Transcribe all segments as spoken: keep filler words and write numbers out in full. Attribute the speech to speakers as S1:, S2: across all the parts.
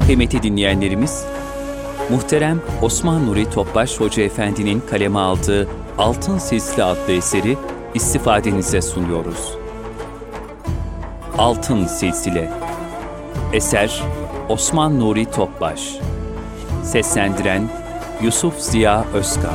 S1: Kıymetli dinleyenlerimiz, muhterem Osman Nuri Topbaş Hoca Efendi'nin kaleme aldığı Altın Silsile adlı eseri istifadenize sunuyoruz. Altın Silsile. Eser Osman Nuri Topbaş. Seslendiren Yusuf Ziya Özkan.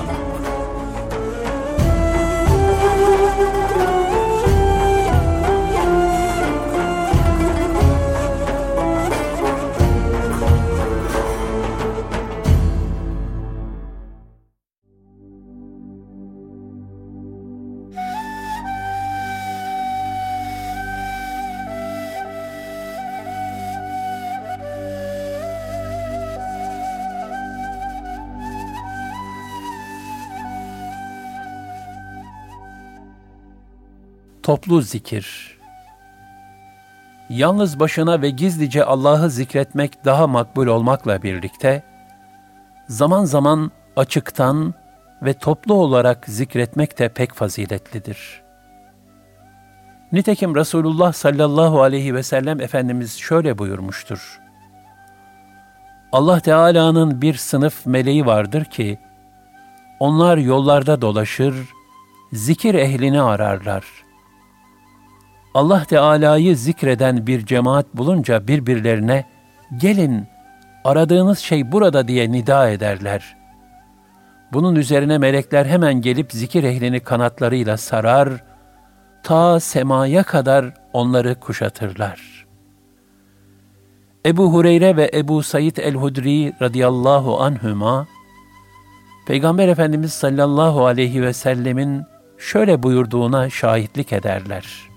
S2: Toplu zikir. Yalnız başına ve gizlice Allah'ı zikretmek daha makbul olmakla birlikte, zaman zaman açıktan ve toplu olarak zikretmek de pek faziletlidir. Nitekim Resulullah sallallahu aleyhi ve sellem Efendimiz şöyle buyurmuştur: Allah Teala'nın bir sınıf meleği vardır ki, onlar yollarda dolaşır, zikir ehlini ararlar. Allah Teala'yı zikreden bir cemaat bulunca birbirlerine, gelin, aradığınız şey burada diye nida ederler. Bunun üzerine melekler hemen gelip zikir ehlini kanatlarıyla sarar, ta semaya kadar onları kuşatırlar. Ebu Hureyre ve Ebu Said el-Hudri radıyallahu anhüma, Peygamber Efendimiz sallallahu aleyhi ve sellemin şöyle buyurduğuna şahitlik ederler.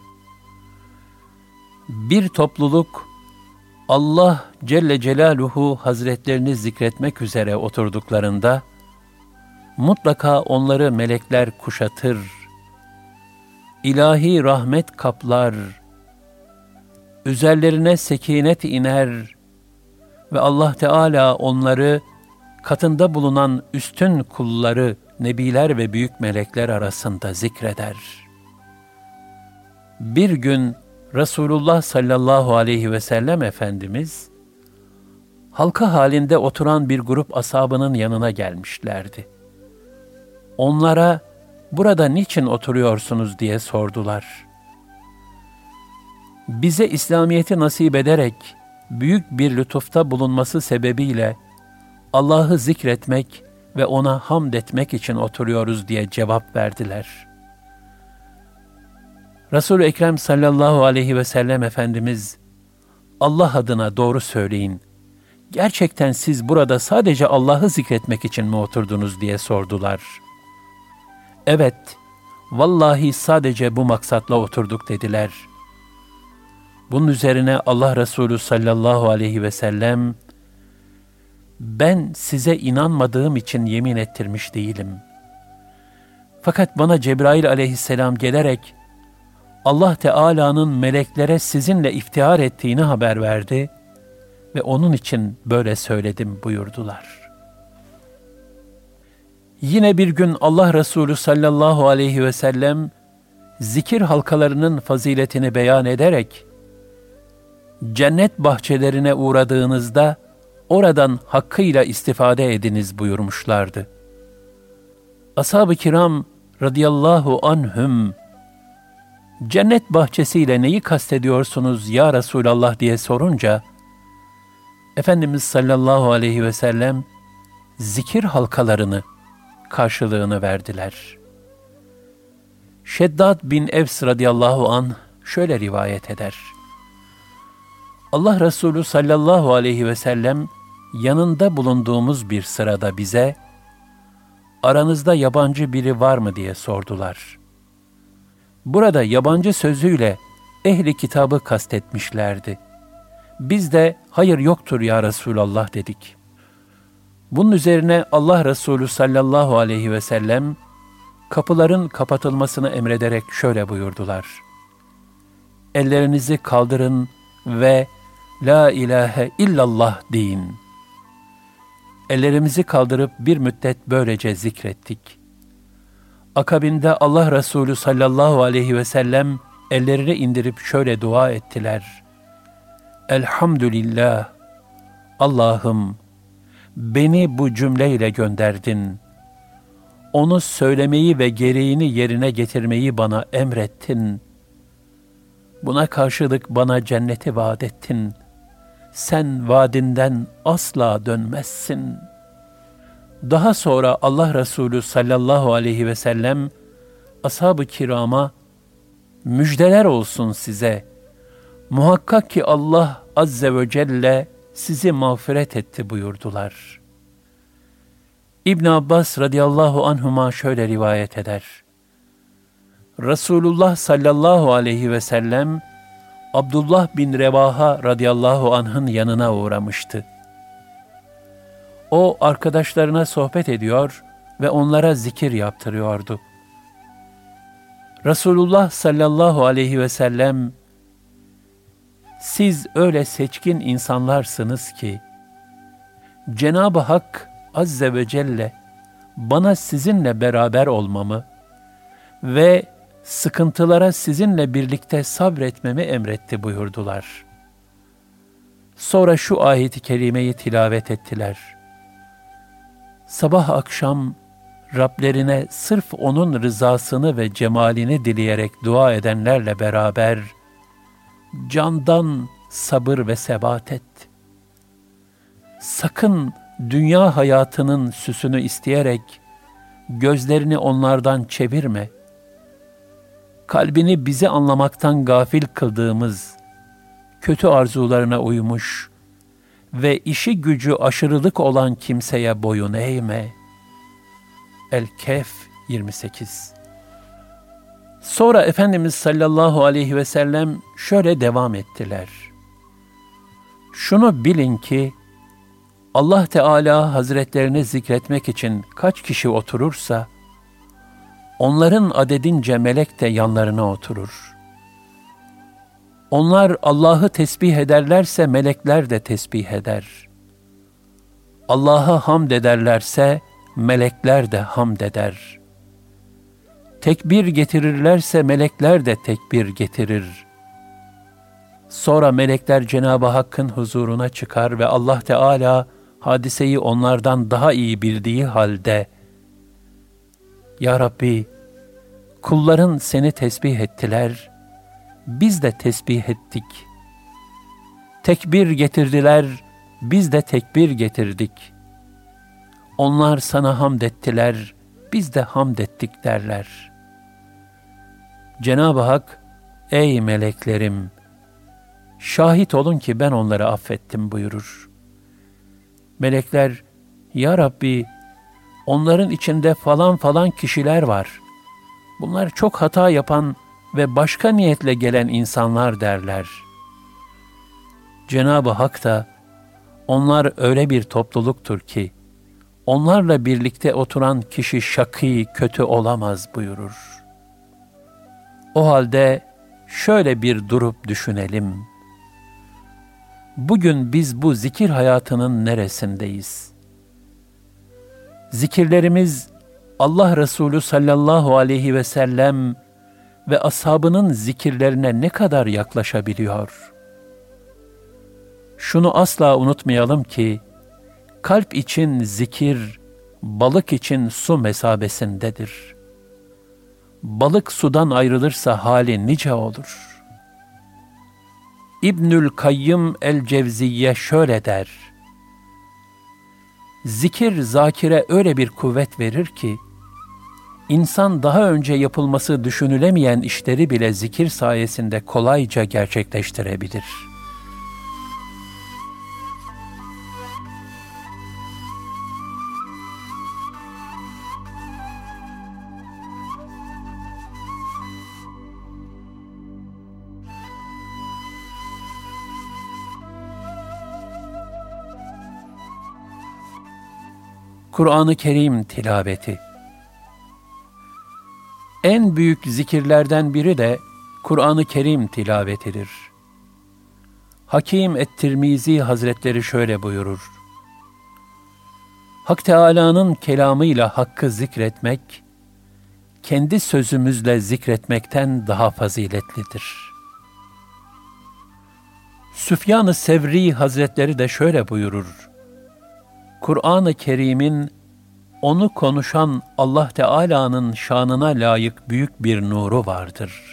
S2: Bir topluluk, Allah Celle Celaluhu Hazretlerini zikretmek üzere oturduklarında, mutlaka onları melekler kuşatır, ilahi rahmet kaplar, üzerlerine sekinet iner ve Allah Teala onları katında bulunan üstün kulları, nebiler ve büyük melekler arasında zikreder. Bir gün Resulullah sallallahu aleyhi ve sellem Efendimiz, halka halinde oturan bir grup ashabının yanına gelmişlerdi. Onlara, burada niçin oturuyorsunuz diye sordular. Bize İslamiyet'i nasip ederek, büyük bir lütufta bulunması sebebiyle, Allah'ı zikretmek ve ona hamd etmek için oturuyoruz diye cevap verdiler. Resul-i Ekrem sallallahu aleyhi ve sellem Efendimiz, Allah adına doğru söyleyin, gerçekten siz burada sadece Allah'ı zikretmek için mi oturdunuz diye sordular. Evet, vallahi sadece bu maksatla oturduk dediler. Bunun üzerine Allah Resulü sallallahu aleyhi ve sellem, ben size inanmadığım için yemin ettirmiş değilim. Fakat bana Cebrail aleyhisselam gelerek, Allah Teala'nın meleklere sizinle iftihar ettiğini haber verdi ve onun için böyle söyledim buyurdular. Yine bir gün Allah Resulü sallallahu aleyhi ve sellem zikir halkalarının faziletini beyan ederek, cennet bahçelerine uğradığınızda oradan hakkıyla istifade ediniz buyurmuşlardı. Ashab-ı kiram radıyallahu anhüm, cennet bahçesiyle neyi kastediyorsunuz ya Resulallah diye sorunca, Efendimiz sallallahu aleyhi ve sellem zikir halkalarını karşılığını verdiler. Şeddad bin Evs radıyallahu anh şöyle rivayet eder. Allah Resulü sallallahu aleyhi ve sellem yanında bulunduğumuz bir sırada bize, aranızda yabancı biri var mı diye sordular. Burada yabancı sözüyle ehli kitabı kastetmişlerdi. Biz de hayır yoktur ya Resulallah dedik. Bunun üzerine Allah Resulü sallallahu aleyhi ve sellem kapıların kapatılmasını emrederek şöyle buyurdular. Ellerinizi kaldırın ve La ilahe illallah deyin. Ellerimizi kaldırıp bir müddet böylece zikrettik. Akabinde Allah Resulü sallallahu aleyhi ve sellem ellerini indirip şöyle dua ettiler. Elhamdülillah, Allah'ım, beni bu cümleyle gönderdin. Onu söylemeyi ve gereğini yerine getirmeyi bana emrettin. Buna karşılık bana cenneti vaat ettin. Sen vaadinden asla dönmezsin. Daha sonra Allah Resulü sallallahu aleyhi ve sellem ashab-ı kirama müjdeler olsun size. Muhakkak ki Allah azze ve celle sizi mağfiret etti buyurdular. İbn Abbas radıyallahu anhuma şöyle rivayet eder. Resulullah sallallahu aleyhi ve sellem Abdullah bin Revaha radıyallahu anh'ın yanına uğramıştı. O arkadaşlarına sohbet ediyor ve onlara zikir yaptırıyordu. Resulullah sallallahu aleyhi ve sellem, siz öyle seçkin insanlarsınız ki, Cenab-ı Hak azze ve celle bana sizinle beraber olmamı ve sıkıntılara sizinle birlikte sabretmemi emretti buyurdular. Sonra şu ayet-i kerimeyi tilavet ettiler. Sabah akşam Rablerine sırf onun rızasını ve cemalini dileyerek dua edenlerle beraber candan sabır ve sebat et. Sakın dünya hayatının süsünü isteyerek gözlerini onlardan çevirme. Kalbini bizi anlamaktan gafil kıldığımız kötü arzularına uymuş ve işi gücü aşırılık olan kimseye boyun eğme. El-Kehf yirmi sekiz. Sonra Efendimiz sallallahu aleyhi ve sellem şöyle devam ettiler. Şunu bilin ki Allah Teala Hazretlerini zikretmek için kaç kişi oturursa, onların adedince melek de yanlarına oturur. Onlar Allah'ı tesbih ederlerse melekler de tesbih eder. Allah'a hamd ederlerse melekler de hamd eder. Tekbir getirirlerse melekler de tekbir getirir. Sonra melekler Cenab-ı Hakk'ın huzuruna çıkar ve Allah Teala hadiseyi onlardan daha iyi bildiği halde, Ya Rabbi, kulların seni tesbih ettiler, biz de tesbih ettik. Tekbir getirdiler, biz de tekbir getirdik. Onlar sana hamd ettiler, biz de hamd ettik derler. Cenab-ı Hak, ey meleklerim, şahit olun ki ben onları affettim buyurur. Melekler, Ya Rabbi, onların içinde falan falan kişiler var. Bunlar çok hata yapan ve başka niyetle gelen insanlar derler. Cenab-ı Hak da, onlar öyle bir topluluktur ki, onlarla birlikte oturan kişi şakî, kötü olamaz buyurur. O halde şöyle bir durup düşünelim. Bugün biz bu zikir hayatının neresindeyiz? Zikirlerimiz Allah Resulü sallallahu aleyhi ve sellem ve ashabının zikirlerine ne kadar yaklaşabiliyor? Şunu asla unutmayalım ki, kalp için zikir, balık için su mesabesindedir. Balık sudan ayrılırsa hali nice olur. İbnül Kayyım el-Cevziyye şöyle der. Zikir zakire öyle bir kuvvet verir ki, insan daha önce yapılması düşünülemeyen işleri bile zikir sayesinde kolayca gerçekleştirebilir. Kur'an-ı Kerim tilaveti. En büyük zikirlerden biri de Kur'an-ı Kerim tilavetidir. Hakim et-Tirmizi Hazretleri şöyle buyurur. Hak Teâlâ'nın kelamıyla Hakk'ı zikretmek, kendi sözümüzle zikretmekten daha faziletlidir. Süfyan-ı Sevri Hazretleri de şöyle buyurur: Kur'an-ı Kerim'in onu konuşan Allah Teala'nın şanına layık büyük bir nuru vardır.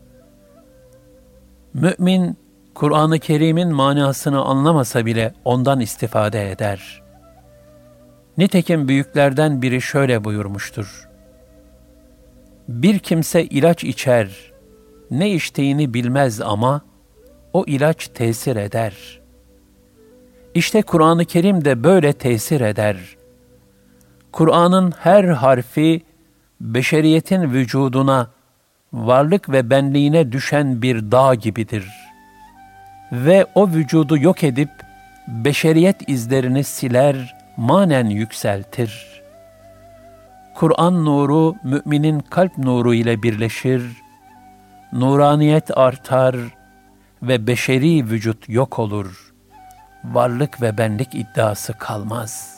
S2: Mümin, Kur'an-ı Kerim'in manasını anlamasa bile ondan istifade eder. Nitekim büyüklerden biri şöyle buyurmuştur: Bir kimse ilaç içer, ne içtiğini bilmez ama o ilaç tesir eder. İşte Kur'an-ı Kerim de böyle tesir eder. Kur'an'ın her harfi beşeriyetin vücuduna, varlık ve benliğine düşen bir dağ gibidir. Ve o vücudu yok edip beşeriyet izlerini siler, manen yükseltir. Kur'an nuru müminin kalp nuru ile birleşir, nuraniyet artar ve beşeri vücut yok olur. Varlık ve benlik iddiası kalmaz.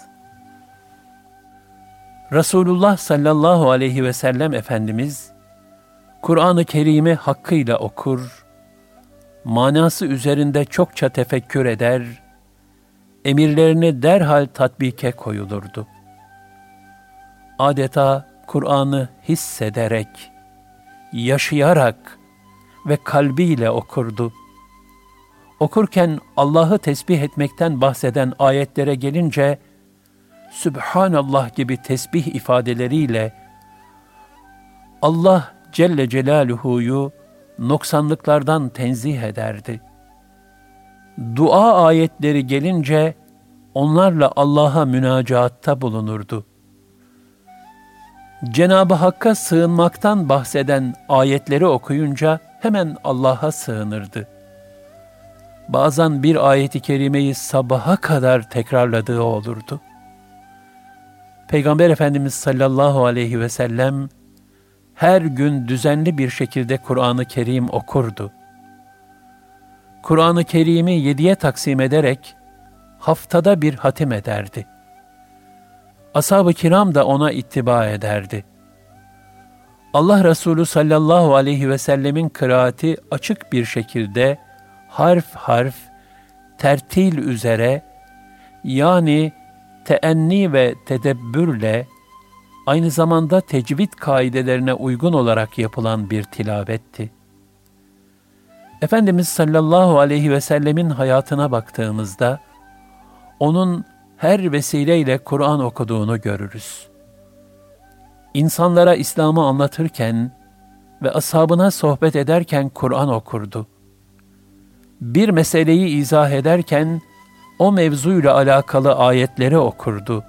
S2: Resulullah sallallahu aleyhi ve sellem Efendimiz, Kur'an-ı Kerim'i hakkıyla okur, manası üzerinde çokça tefekkür eder, emirlerini derhal tatbike koyulurdu. Adeta Kur'an'ı hissederek, yaşayarak ve kalbiyle okurdu. Okurken Allah'ı tesbih etmekten bahseden ayetlere gelince, Sübhanallah gibi tesbih ifadeleriyle Allah Celle Celaluhu'yu noksanlıklardan tenzih ederdi. Dua ayetleri gelince onlarla Allah'a münacaatta bulunurdu. Cenab-ı Hakk'a sığınmaktan bahseden ayetleri okuyunca hemen Allah'a sığınırdı. Bazen bir ayeti kerimeyi sabaha kadar tekrarladığı olurdu. Peygamber Efendimiz sallallahu aleyhi ve sellem her gün düzenli bir şekilde Kur'an-ı Kerim okurdu. Kur'an-ı Kerim'i yediye taksim ederek haftada bir hatim ederdi. Ashab-ı kiram da ona ittiba ederdi. Allah Resulü sallallahu aleyhi ve sellemin kıraati açık bir şekilde harf harf, tertil üzere, yani teenni ve tedebbürle, aynı zamanda tecvid kaidelerine uygun olarak yapılan bir tilavetti. Efendimiz sallallahu aleyhi ve sellemin hayatına baktığımızda, onun her vesileyle Kur'an okuduğunu görürüz. İnsanlara İslam'ı anlatırken ve ashabına sohbet ederken Kur'an okurdu. Bir meseleyi izah ederken o mevzuyla alakalı ayetleri okurdu.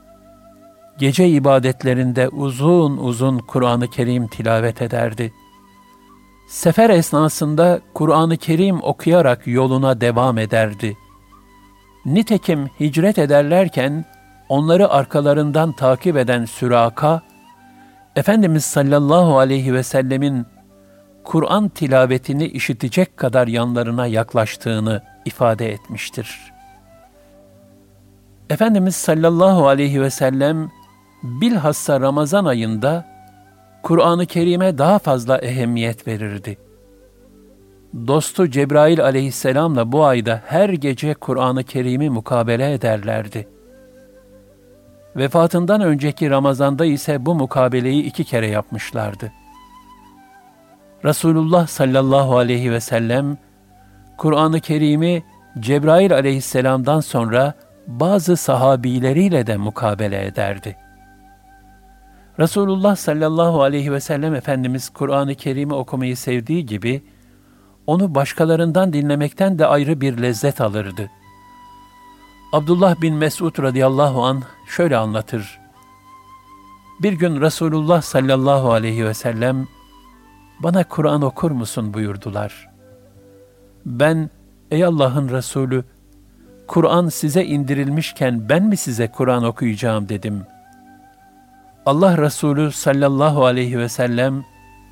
S2: Gece ibadetlerinde uzun uzun Kur'an-ı Kerim tilavet ederdi. Sefer esnasında Kur'an-ı Kerim okuyarak yoluna devam ederdi. Nitekim hicret ederlerken onları arkalarından takip eden Süraka, Efendimiz sallallahu aleyhi ve sellemin Kur'an tilavetini işitecek kadar yanlarına yaklaştığını ifade etmiştir. Efendimiz sallallahu aleyhi ve sellem bilhassa Ramazan ayında Kur'an-ı Kerim'e daha fazla ehemmiyet verirdi. Dostu Cebrail aleyhisselamla bu ayda her gece Kur'an-ı Kerim'i mukabele ederlerdi. Vefatından önceki Ramazan'da ise bu mukabeleyi iki kere yapmışlardı. Resulullah sallallahu aleyhi ve sellem, Kur'an-ı Kerim'i Cebrail aleyhisselamdan sonra bazı sahabileriyle de mukabele ederdi. Resulullah sallallahu aleyhi ve sellem Efendimiz Kur'an-ı Kerim'i okumayı sevdiği gibi, onu başkalarından dinlemekten de ayrı bir lezzet alırdı. Abdullah bin Mesud radıyallahu anh şöyle anlatır. Bir gün Resulullah sallallahu aleyhi ve sellem, bana Kur'an okur musun buyurdular. Ben, ey Allah'ın Resulü, Kur'an size indirilmişken ben mi size Kur'an okuyacağım dedim. Allah Resulü sallallahu aleyhi ve sellem,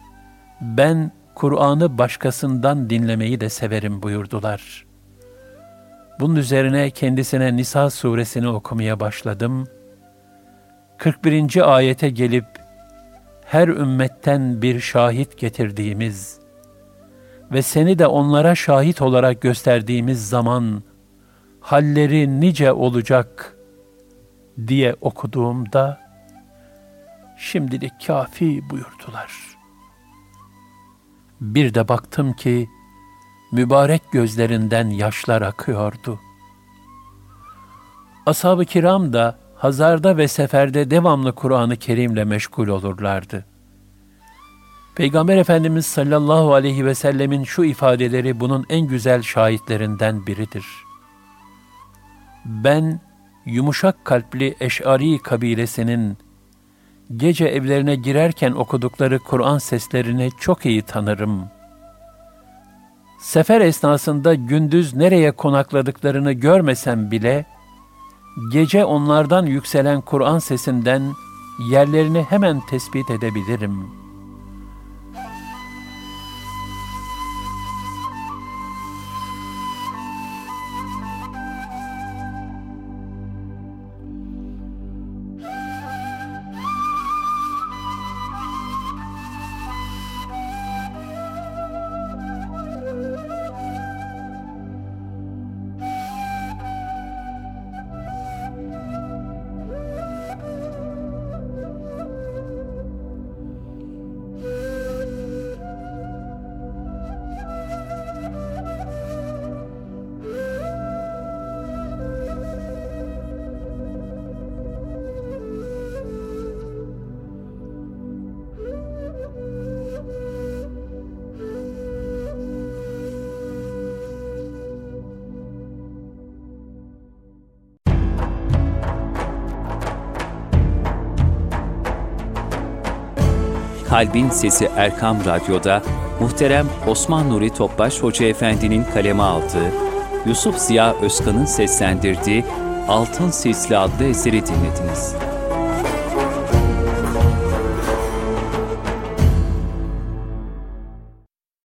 S2: ben Kur'an'ı başkasından dinlemeyi de severim buyurdular. Bunun üzerine kendisine Nisa suresini okumaya başladım. kırk birinci ayete gelip, her ümmetten bir şahit getirdiğimiz ve seni de onlara şahit olarak gösterdiğimiz zaman halleri nice olacak diye okuduğumda şimdilik kafi buyurdular. Bir de baktım ki mübarek gözlerinden yaşlar akıyordu. Ashab-ı kiram da hazarda ve seferde devamlı Kur'an-ı Kerim'le meşgul olurlardı. Peygamber Efendimiz sallallahu aleyhi ve sellemin şu ifadeleri bunun en güzel şahitlerinden biridir. Ben yumuşak kalpli Eş'ari kabilesinin gece evlerine girerken okudukları Kur'an seslerini çok iyi tanırım. Sefer esnasında gündüz nereye konakladıklarını görmesem bile, gece onlardan yükselen Kur'an sesinden yerlerini hemen tespit edebilirim.
S1: Kalbin Sesi Erkam Radyo'da muhterem Osman Nuri Topbaş Hoca Efendi'nin kaleme aldığı, Yusuf Ziya Özkan'ın seslendirdiği Altın Sisli adlı eseri dinlediniz.